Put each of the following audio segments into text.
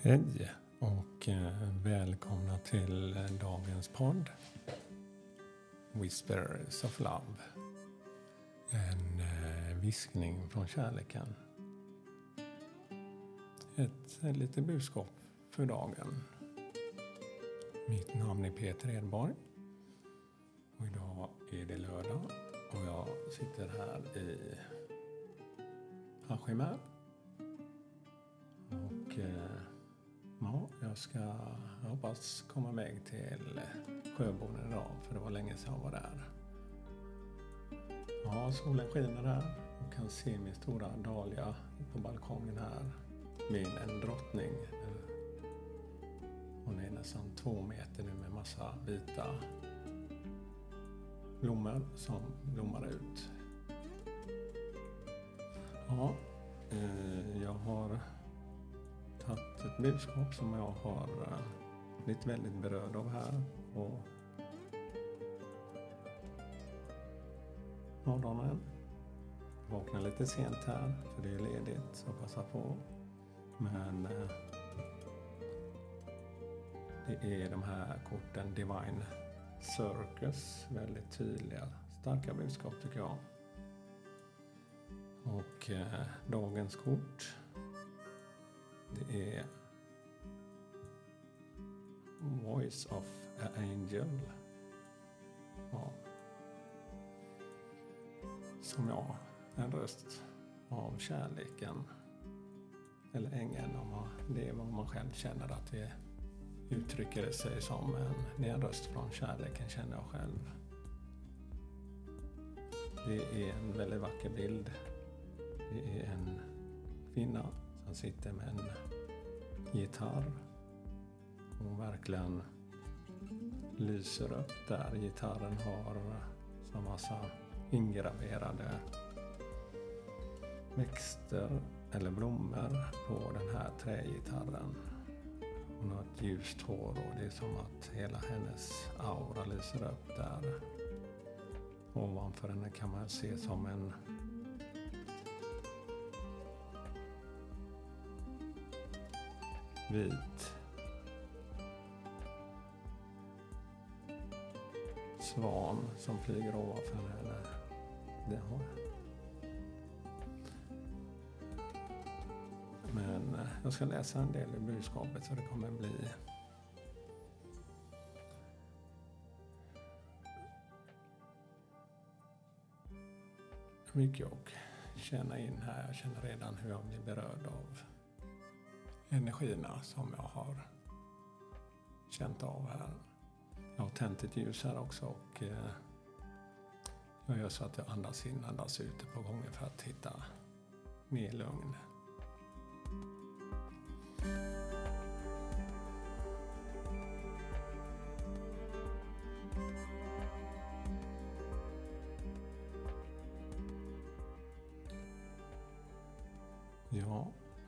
Hej och välkomna till dagens podd Whispers of Love. En viskning från kärleken. Ett litet budskap för dagen. Mitt namn är Peter Edborg. Och idag är det lördag och jag sitter här i Askim. Och jag hoppas komma iväg till Sjöboden idag, för det var länge sedan jag var där. Ja, solen skiner här och kan se min stora dahlia på balkongen här. En drottning. Hon är nästan 2 meter nu med massa vita blommor som blommar ut. Ja, jag har tagit ett budskap som jag har blivit väldigt berörd av här på morgonen. Jag vaknar lite sent här för det är ledigt, så passa på. Men det är de här korten Divine Circus, väldigt tydliga, starka budskap tycker jag. Och dagens kort, det är Voice of an Angel. Ja. Som en röst av kärleken. Eller ängeln, det är vad man själv känner att det uttrycker sig som. Men det är en röst från kärleken, känner jag själv. Det är en väldigt vacker bild. Det är en kvinna som sitter med en gitarr. Hon verkligen lyser upp där. Gitarren har så massa ingraverade växter eller blommor på den här trägitarren. Hon har ett ljust hår och det är som att hela hennes aura lyser upp där. Ovanför henne kan man se som en vit svan som flyger ovanför henne. Men jag ska läsa en del i budskapet så det kommer bli mycket och känna in här. Jag känner redan hur jag blir berörd av energierna som jag har känt av här. Jag har tänt ett ljus här också och jag gör så att jag andas in, andas ut ett par gånger för att hitta mer lugn. Ja,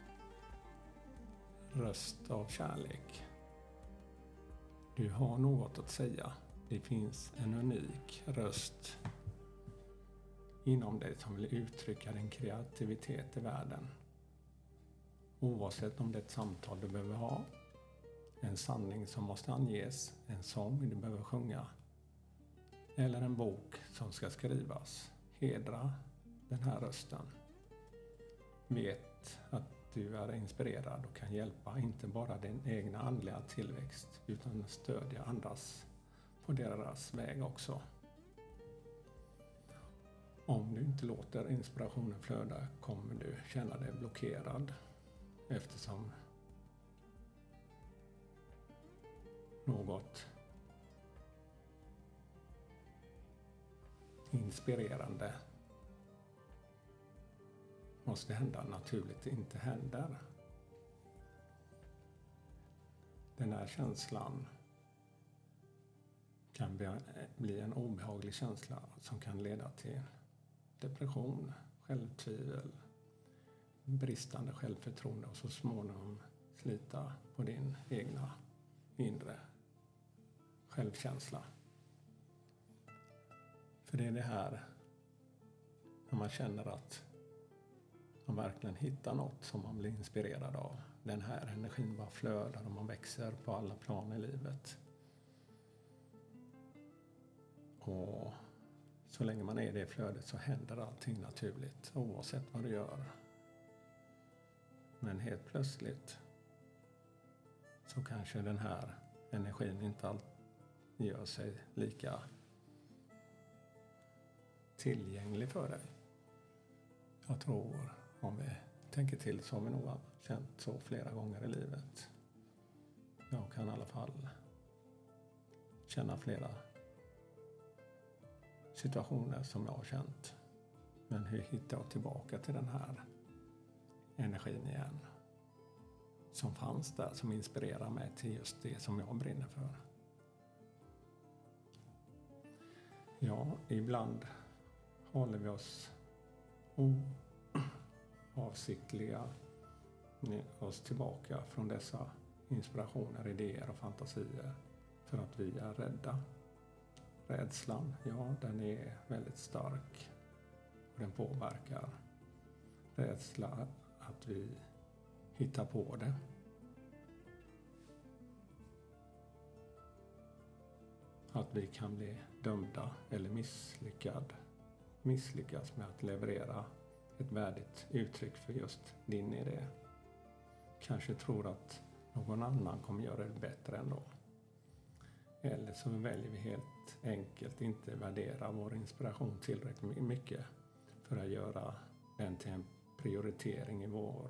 röst av kärlek. Du har något att säga. Det finns en unik röst inom dig som vill uttrycka din kreativitet i världen. Oavsett om det är ett samtal du behöver ha, en sanning som måste anges, en sång du behöver sjunga eller en bok som ska skrivas. Hedra den här rösten. Vet att du är inspirerad och kan hjälpa inte bara din egna andliga tillväxt utan stödja andras på deras väg också. Om du inte låter inspirationen flöda kommer du känna dig blockerad eftersom något inspirerande måste hända naturligt inte händer. Den här känslan kan bli en obehaglig känsla som kan leda till depression, självtvivel, bristande självförtroende och så småningom slita på din egna inre självkänsla. För det är det här när man känner att man verkligen hittar något som man blir inspirerad av. den här energin bara flödar och man växer på alla plan i livet. Och så länge man är i det flödet så händer allting naturligt oavsett vad du gör. Men helt plötsligt så kanske den här energin inte alltid gör sig lika tillgänglig för dig. Jag tror, om vi tänker till, så har vi nog känt så flera gånger i livet. Jag kan i alla fall känna flera situationer som jag har känt. Men hur hittar jag tillbaka till den här energin igen? Som fanns där, som inspirerar mig till just det som jag brinner för. Ja, ibland håller vi oss avsiktliga oss tillbaka från dessa inspirationer, idéer och fantasier för att vi är rädda. Rädslan, ja, den är väldigt stark och den påverkar. Rädsla att vi hittar på det. Att vi kan bli dömda eller misslyckas med att leverera ett värdigt uttryck för just din idé. Kanske tror att någon annan kommer göra det bättre ändå. Eller så väljer vi helt enkelt inte värdera vår inspiration tillräckligt mycket för att göra den till en prioritering i vår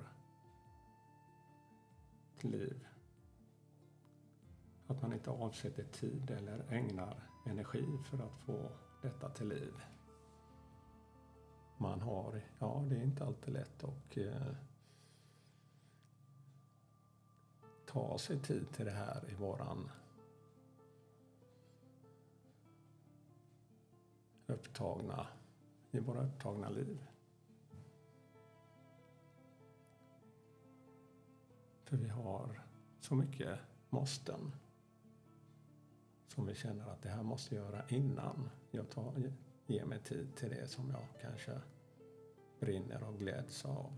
liv. Att man inte avsätter tid eller ägnar energi för att få detta till liv. Det är inte alltid lätt att ta sig tid till det här i våra upptagna liv. För vi har så mycket måsten som vi känner att det här måste jag göra innan jag ger mig tid till det som jag kanske brinner och gläds av.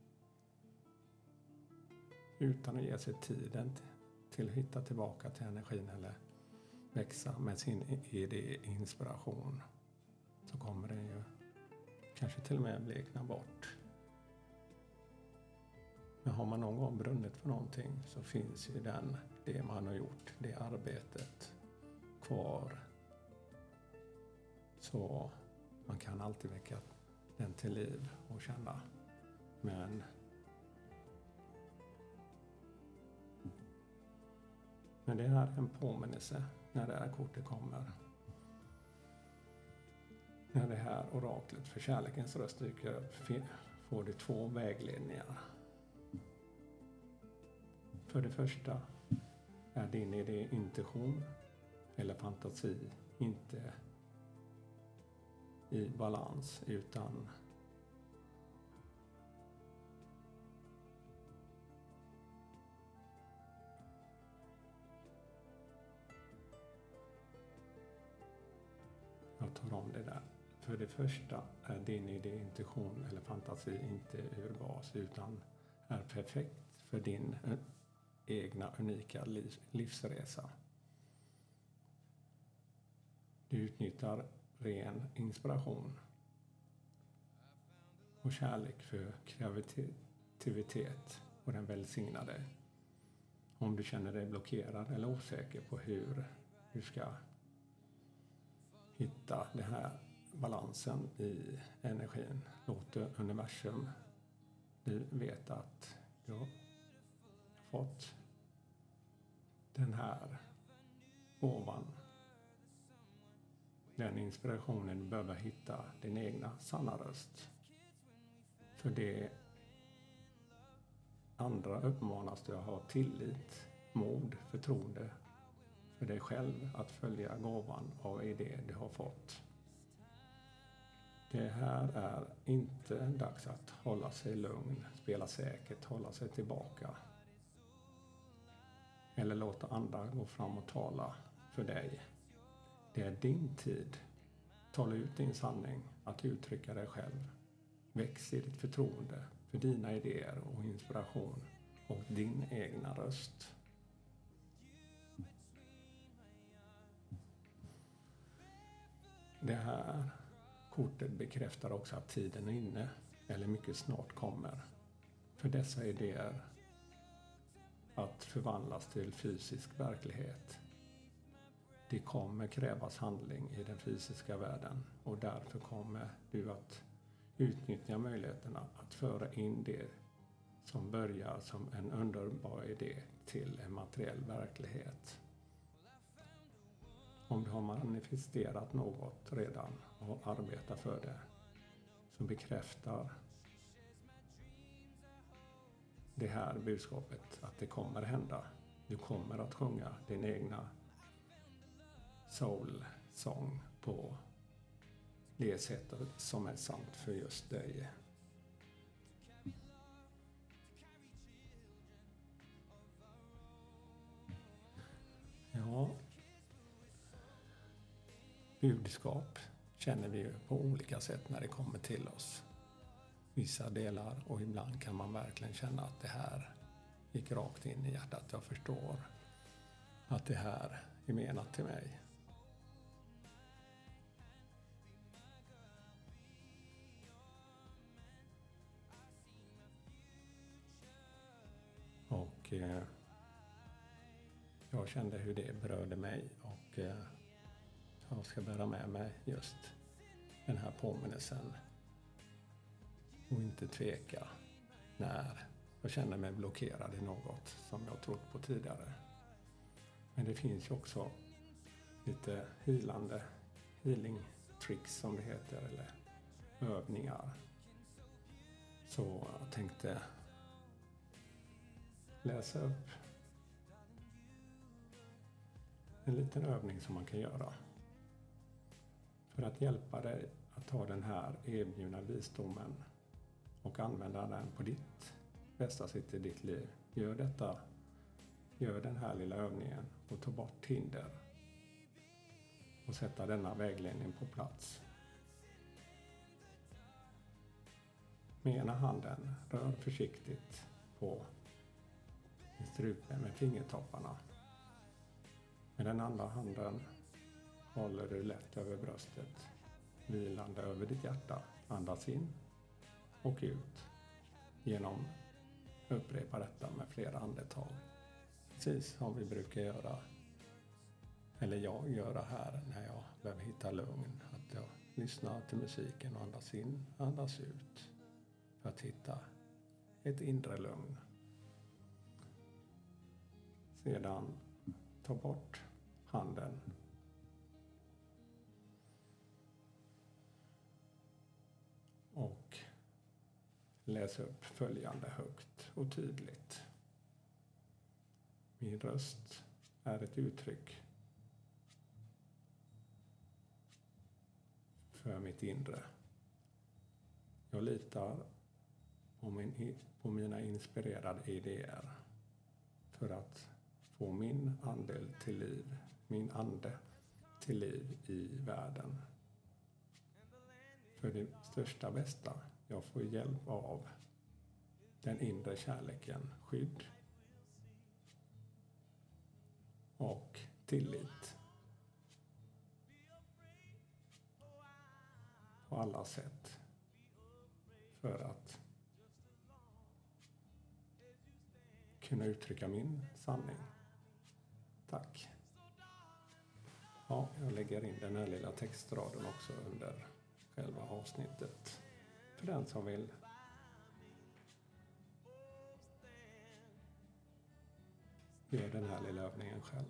Utan att ge sig tiden till att hitta tillbaka till energin eller växa med sin idé-inspiration, så kommer den ju kanske till och med blekna bort. Men har man någon gång brunnit för någonting så finns ju det man har gjort, det arbetet kvar. Så man kan alltid väcka den till liv och känna. Men det är en påminnelse när det här kortet kommer. När det här oraklet för kärlekens röst dyker upp får du 2 vägledningar. För det första är din idé, intention eller fantasi inte i balans, utan jag tar om det där. För det första är din idé, intention eller fantasi inte ur bas, utan är perfekt för din egna unika livsresa. Du utnyttjar ren inspiration och kärlek för kreativitet och den välsignade. Om du känner dig blockerad eller osäker på hur du ska hitta den här balansen i energin, låt universum veta att du har fått den här gåvan. Den inspirationen du behöver hitta din egna sanna röst. För det andra uppmanas du att ha tillit, mod, förtroende för dig själv att följa gåvan av idé du har fått. Det här är inte dags att hålla sig lugn, spela säkert, hålla sig tillbaka. Eller låta andra gå fram och tala för dig. Det är din tid. Tala ut din sanning, att uttrycka dig själv. Väx i ditt förtroende för dina idéer och inspiration. och din egna röst. Det här kortet bekräftar också att tiden är inne, eller mycket snart kommer, för dessa idéer att förvandlas till fysisk verklighet. Det kommer krävas handling i den fysiska världen, och därför kommer du att utnyttja möjligheterna att föra in det som börjar som en underbar idé till en materiell verklighet. Om du har manifesterat något redan och arbetar för det, så bekräftar det här budskapet att det kommer hända. Du kommer att sjunga din egna soul-sång på det sättet som är sant för just dig. Ja, budskap känner vi ju på olika sätt när det kommer till oss. Vissa delar, och ibland kan man verkligen känna att det här gick rakt in i hjärtat. Jag förstår att det här är menat till mig. Och jag kände hur det berörde mig, och jag ska bära med mig just den här påminnelsen och inte tveka när jag känner mig blockerad i något som jag trott på tidigare. Men det finns ju också lite healing tricks som det heter, eller övningar. Så jag tänkte läsa upp en liten övning som man kan göra för att hjälpa dig att ta den här erbjudna visdomen och använda den på ditt bästa sätt i ditt liv. Gör den här lilla övningen och ta bort hinder och sätta denna vägledning på plats. Med ena handen rör försiktigt på strupen med fingertopparna. Med den andra handen håller du lätt över bröstet, vilande över ditt hjärta. Andas in och ut. Upprepa detta med flera andetag. Precis som vi brukar göra, eller jag gör här när jag behöver hitta lugn. Att jag lyssnar till musiken och andas in, andas ut. För att hitta ett inre lugn. Sedan ta bort handen. Och läs upp följande högt och tydligt. Min röst är ett uttryck för mitt inre. Jag litar på mina inspirerade idéer för att få min ande till liv i världen. För det största bästa, jag får hjälp av den inre kärleken, skydd och tillit på alla sätt för att kunna uttrycka min sanning. Tack. Ja, jag lägger in den här lilla textraden också under själva avsnittet för den som vill göra den här lilla övningen själv.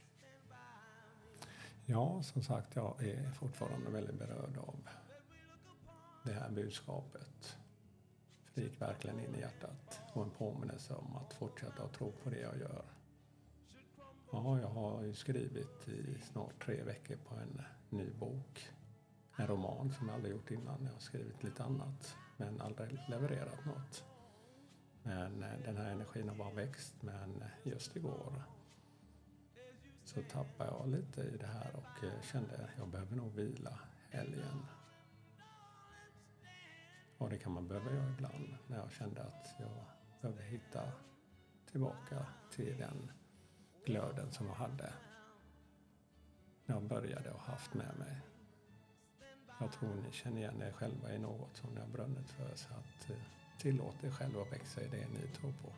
Ja, som sagt, jag är fortfarande väldigt berörd av det här budskapet. Det gick verkligen in i hjärtat och en påminnelse om att fortsätta att tro på det jag gör. Ja, jag har ju skrivit i snart 3 veckor på en ny bok. En roman som jag aldrig gjort innan. Jag har skrivit lite annat men aldrig levererat något. Men den här energin har bara växt. Men just igår så tappade jag lite i det här och kände att jag behöver nog vila helgen. Och det kan man behöva göra ibland när jag kände att jag behöver hitta tillbaka till den glöden som jag hade när jag började och haft med mig. Jag tror ni känner igen er själva i något som ni har brunnit för, så att tillåt er själva växa i det ni tror på.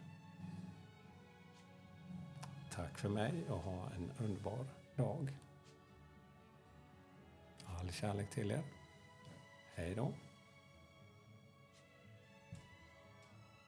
Tack för mig och ha en underbar dag. All kärlek till er. Hej då.